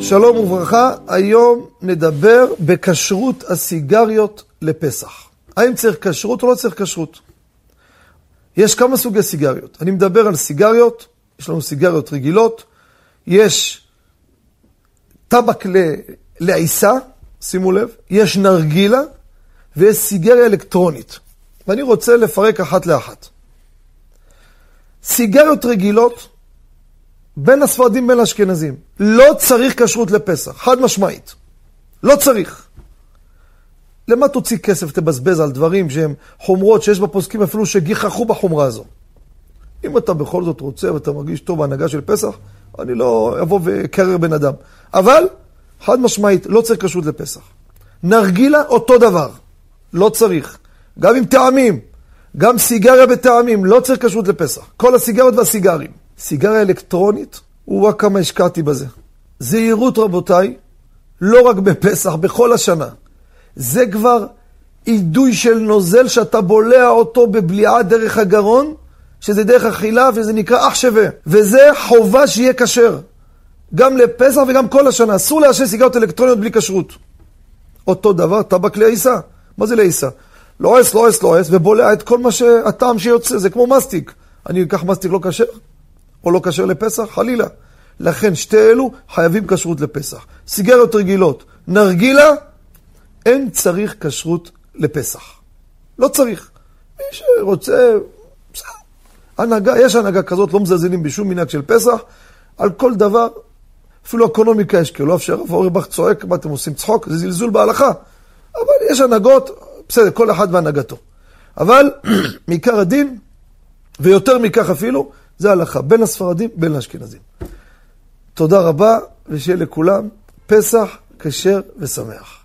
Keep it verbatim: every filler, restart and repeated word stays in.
שלום וברכה, היום נדבר בכשרות הסיגריות לפסח. האם צריך כשרות או לא צריך כשרות? יש כמה סוגי סיגריות. אני מדבר על סיגריות, יש לנו סיגריות רגילות, יש טבק לעיסה, שימו לב, יש נרגילה ויש סיגריה אלקטרונית. ואני רוצה לפרק אחת לאחת. סיגריות רגילות, בין הספרדים בין האשכנזים, לא צריך כשרות לפסח, חד משמעית. לא צריך. למה תוציא כסף, תבזבז על דברים שהם חומרות, שיש בפוסקים אפילו שגיחכו בחומרה הזו? אם אתה בכל זאת רוצה ואתה מרגיש טוב בהנהגה של פסח, אני לא אבוא וקרר בן אדם. אבל, חד משמעית, לא צריך כשרות לפסח. נרגילה, אותו דבר. לא צריך. גם עם טעמים. גם סיגריה בטעמים, לא צריך כשרות לפסח. כל הסיגריות והסיגרים. סיגריה אלקטרונית, הוא רק כמה השקעתי בזה. זהירות רבותיי, לא רק בפסח, בכל השנה. זה כבר עידוי של נוזל שאתה בולע אותו בבליעה דרך הגרון, שזה דרך אכילה וזה נקרא אח שווה. וזה חובה שיהיה כשר. גם לפסח וגם כל השנה. אסור לעשן סיגריות אלקטרוניות בלי כשרות. אותו דבר, טבק לעיסה. מה זה לעיסה? לועס, לועס, לועס, ובולע את כל מה שהטעם שיוצא. זה כמו מסטיק. אני אקח מסטיק לא כשר? או לא כשר לפסח? חלילה. לכן שתי אלו חייבים כשרות לפסח. סיגריות רגילות, נרגילה, אין צריך כשרות לפסח. לא צריך. מי שרוצה, הנהגה, יש הנהגה כזאת, לא מזלזלים בשום מנהג של פסח, על כל דבר, אפילו אקונומיקה יש כאילו, לא אפשר, אורי בך צועק, מה אתם עושים צחוק? זה זלזול בהלכה. אבל יש הנהגות, בסדר, כל אחד והנהגתו. אבל מעיקר הדין, ויותר מכך אפילו, זה הלכה, בין הספרדים, בין האשכנזים. תודה רבה, ושיהיה לכולם פסח כשר ושמח.